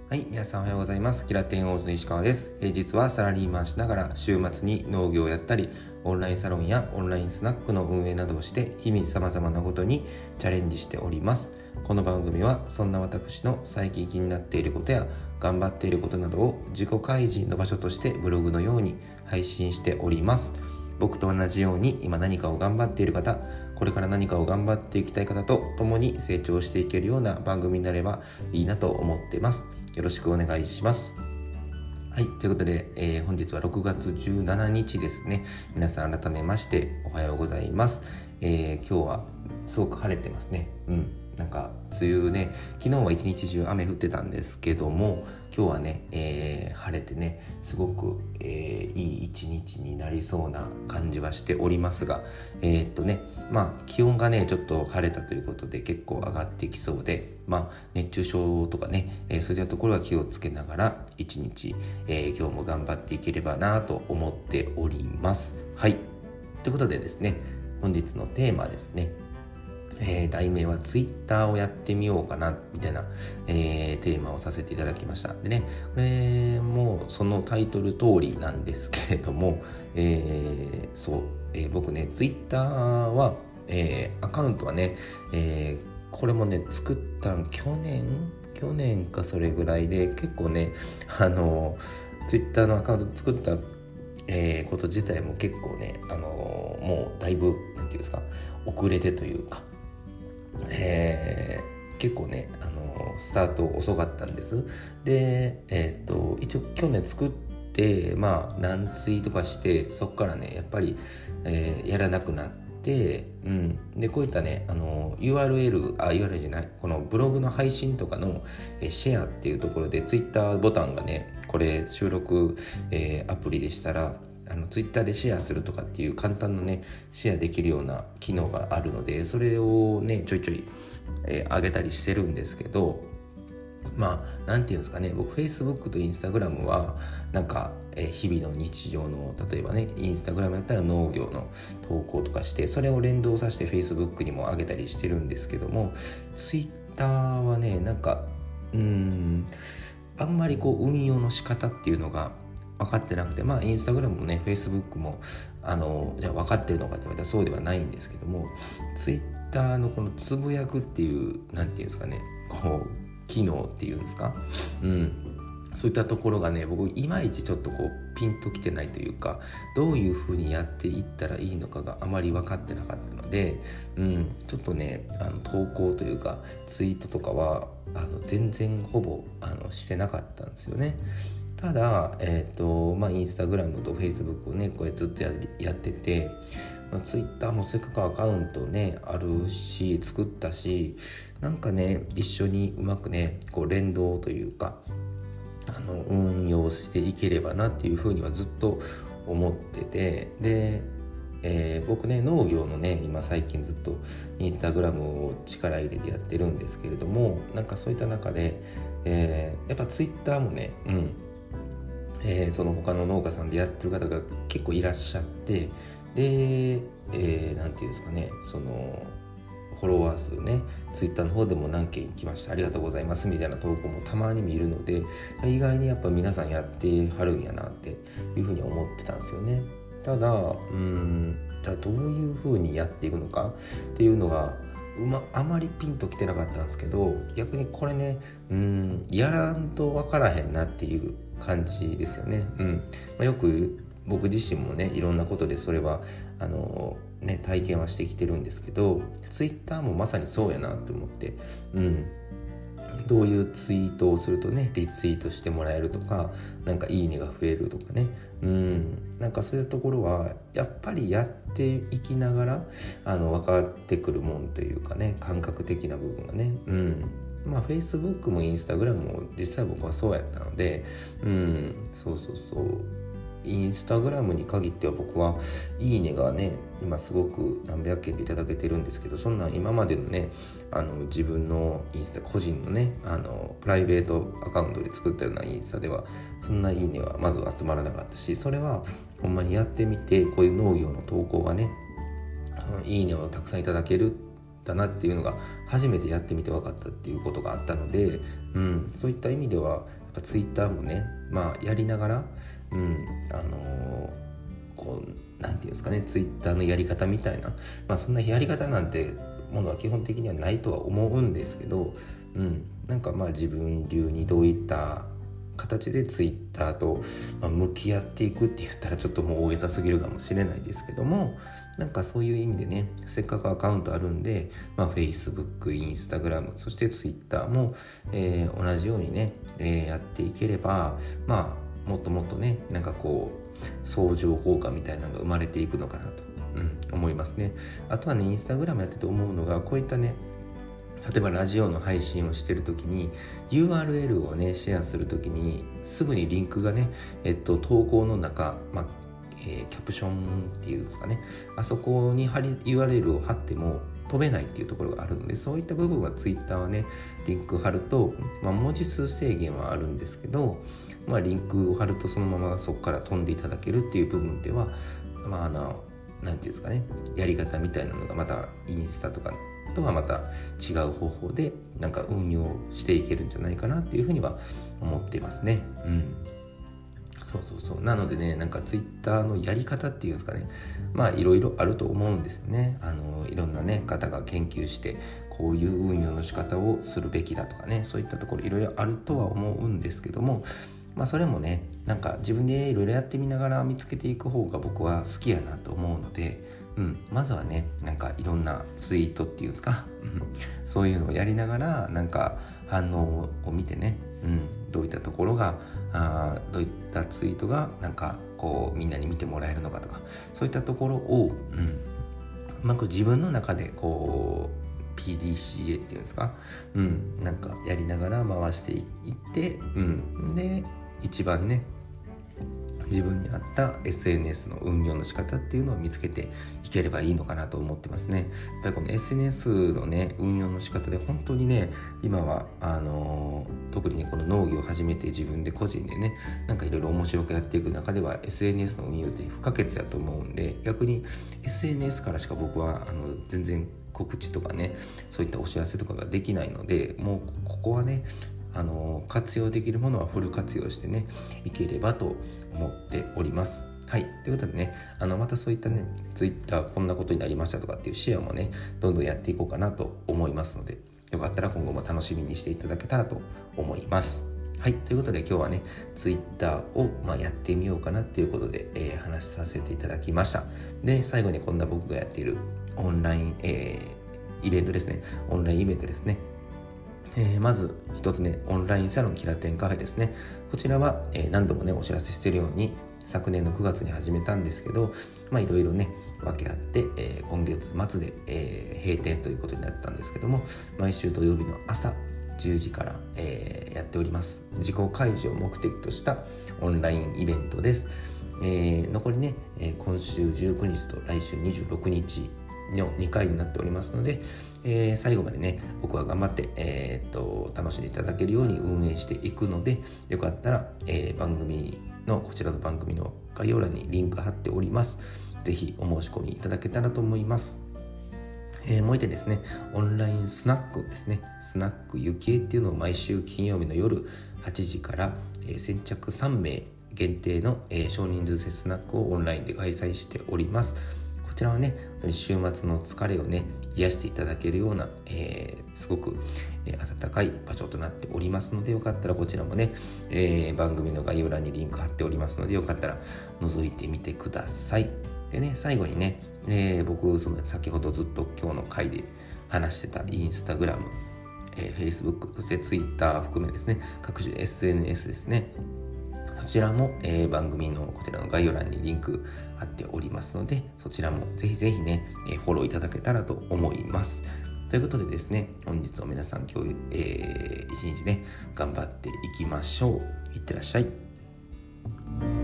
はい、皆さんおはようございます。キラテンオーズの石川です。平日はサラリーマンしながら週末に農業をやったり、オンラインサロンやオンラインスナックの運営などをして日々様々なことにチャレンジしております。この番組はそんな私の最近気になっていることや頑張っていることなどを自己開示の場所としてブログのように配信しております。僕と同じように今何かを頑張っている方、これから何かを頑張っていきたい方と共に成長していけるような番組になればいいなと思っています。よろしくお願いします。はい、ということで、本日は6月17日ですね。皆さん改めましておはようございます。今日はすごく晴れてますね。なんか梅雨ね、昨日は一日中雨降ってたんですけども、今日はね、晴れてね、すごく、いい一日になりそうな感じはしておりますが、気温がねちょっと晴れたということで結構上がってきそうで、熱中症とかね、そういったところは気をつけながら一日、今日も頑張っていければなと思っております。はい、ということでですね、本日のテーマですね、題名はツイッターをやってみようかなみたいな、テーマをさせていただきました。でね、これもそのタイトル通りなんですけれども、僕ねツイッターは、アカウントはね、これもね作ったの去年かそれぐらいで、結構ねツイッターのアカウント作ったこと自体も結構ね、もうだいぶなんていうんですか、遅れてというか、結構ねスタート遅かったんです。で、一応去年作って何ツイートかして、そこからねやっぱり、やらなくなって、でこういったねURL じゃない、このブログの配信とかの、シェアっていうところでツイッターボタンがね、これ収録、アプリでしたらツイッターでシェアするとかっていう簡単なねシェアできるような機能があるので、それをねちょいちょい、上げたりしてるんですけど、なんていうんですかね、僕 Facebook と Instagram はなんか、日々の日常の、例えばね Instagram やったら農業の投稿とかして、それを連動させて Facebook にも上げたりしてるんですけども、Twitter はねなんかあんまりこう運用の仕方っていうのが分かってなくて、インスタグラムもねフェイスブックもじゃあ分かってるのかって言われたらそうではないんですけども、ツイッターのこのつぶやくっていうなんていうんですかね、こう機能っていうんですか、そういったところがね僕いまいちちょっとこうピンときてないというか、どういう風にやっていったらいいのかがあまり分かってなかったので、ちょっとね投稿というかツイートとかは全然ほぼしてなかったんですよね。ただ、インスタグラムとフェイスブックをねこれずっとやってて、ツイッターもせっかくアカウントねあるし作ったし、なんかね一緒にうまくねこう連動というか運用していければなっていうふうにはずっと思ってて、で、僕ね農業のね今最近ずっとインスタグラムを力入れてやってるんですけれども、なんかそういった中で、やっぱツイッターもねその他の農家さんでやってる方が結構いらっしゃって、で、なんていうんですかね、そのフォロワー数ねツイッターの方でも何件来ました、ありがとうございますみたいな投稿もたまに見るので、意外にやっぱ皆さんやってはるんやなっていうふうに思ってたんですよね。ただじゃあどういうふうにやっていくのかっていうのがあまりピンときてなかったんですけど、逆にこれねやらんと分からへんなっていう感じですよね。よく僕自身もねいろんなことでそれは体験はしてきてるんですけど、ツイッターもまさにそうやなと思って、どういうツイートをするとねリツイートしてもらえるとか、なんかいいねが増えるとかね、なんかそういうところはやっぱりやっていきながら分かってくるもんというかね、感覚的な部分がね、Facebook も Instagram も実際僕はそうやったので、そうインスタグラムに限っては僕はいいねがね今すごく何百件でいただけてるんですけど、そんなん今までのね自分のインスタ個人のねプライベートアカウントで作ったようなインスタではそんないいねはまず集まらなかったし、それはほんまにやってみてこういう農業の投稿がねいいねをたくさんいただけるだなっていうのが初めてやってみて分かったっていうことがあったので、そういった意味ではぱツイッターもね、やりながら、なんていうんですかね、ツイッターのやり方みたいな、そんなやり方なんてものは基本的にはないとは思うんですけど、なんか自分流にどういった形でツイッターと向き合っていくって言ったらちょっともう大げさすぎるかもしれないですけども、なんかそういう意味でね、せっかくアカウントあるんで、Facebook、Instagram、そして Twitter も、同じようにね、やっていければ、もっともっとね、なんかこう相乗効果みたいなのが生まれていくのかなと、思いますね。あとはね、Instagram やってて思うのが、こういったね、例えばラジオの配信をしてるときに URL をねシェアするときにすぐにリンクがね、投稿の中、キャプションっていうんですかね、あそこにURL を貼っても飛べないっていうところがあるので、そういった部分は Twitter はねリンク貼ると、文字数制限はあるんですけど、リンクを貼るとそのままそこから飛んでいただけるっていう部分ではなんていうんですかね、やり方みたいなのがまたインスタとかとはまた違う方法でなんか運用していけるんじゃないかなっていうふうには思っていますね。そうなのでね、なんかツイッターのやり方っていうんですかね、いろいろあると思うんですよね。いろんなね方が研究してこういう運用の仕方をするべきだとかね、そういったところいろいろあるとは思うんですけども、それもね、なんか自分でいろいろやってみながら見つけていく方が僕は好きやなと思うので、まずはね、なんかいろんなツイートっていうんですか、そういうのをやりながらなんか反応を見てね、どういったところがどういったツイートがなんかこうみんなに見てもらえるのかとか、そういったところを、うまく自分の中でこう PDCA っていうんですか、なんかやりながら回していって、で一番ね自分に合った SNS の運用の仕方っていうのを見つけていければいいのかなと思ってますね。やっぱりこの SNS のね運用の仕方で本当にね、今は特にねこの農業を始めて自分で個人でねなんかいろいろ面白くやっていく中では SNS の運用って不可欠だと思うんで、逆に SNS からしか僕は全然告知とかねそういったお知らせとかができないので、もうここはね活用できるものはフル活用してねいければと思っております。はい、ということでね、またそういったね Twitter こんなことになりましたとかっていうシェアもねどんどんやっていこうかなと思いますので、よかったら今後も楽しみにしていただけたらと思います。はい、ということで今日はね Twitter をやってみようかなっていうことで、話させていただきました。で、最後にこんな僕がやっているオンライン、イベントですね、オンラインイベントですね。まず一つ目、オンラインサロンキラテンカフェですね。こちらは、何度もねお知らせしているように昨年の9月に始めたんですけど、いろいろね訳あって、今月末で、閉店ということになったんですけども、毎週土曜日の朝10時から、やっております。自己開示を目的としたオンラインイベントです。残りね、今週19日と来週26日の2回になっておりますので、最後までね僕は頑張って、楽しんでいただけるように運営していくので、よかったら、こちらの番組の概要欄にリンク貼っております。ぜひお申し込みいただけたらと思います。もう一点ですね、オンラインスナックですね、スナックゆきえっていうのを毎週金曜日の夜8時から、先着3名限定の、少人数制スナックをオンラインで開催しております。こちらはね週末の疲れをね癒していただけるような、すごく、温かい場所となっておりますので、よかったらこちらもね、番組の概要欄にリンク貼っておりますので、よかったら覗いてみてください。でね、最後にね、僕先ほどずっと今日の回で話してたインスタグラム、Facebook、そして Twitter 含めですね、各種 SNS ですね、そちらも、番組のこちらの概要欄にリンク貼っておりますので、そちらもぜひぜひね、フォローいただけたらと思います。ということでですね、本日も皆さん今日、一日ね頑張っていきましょう。いってらっしゃい。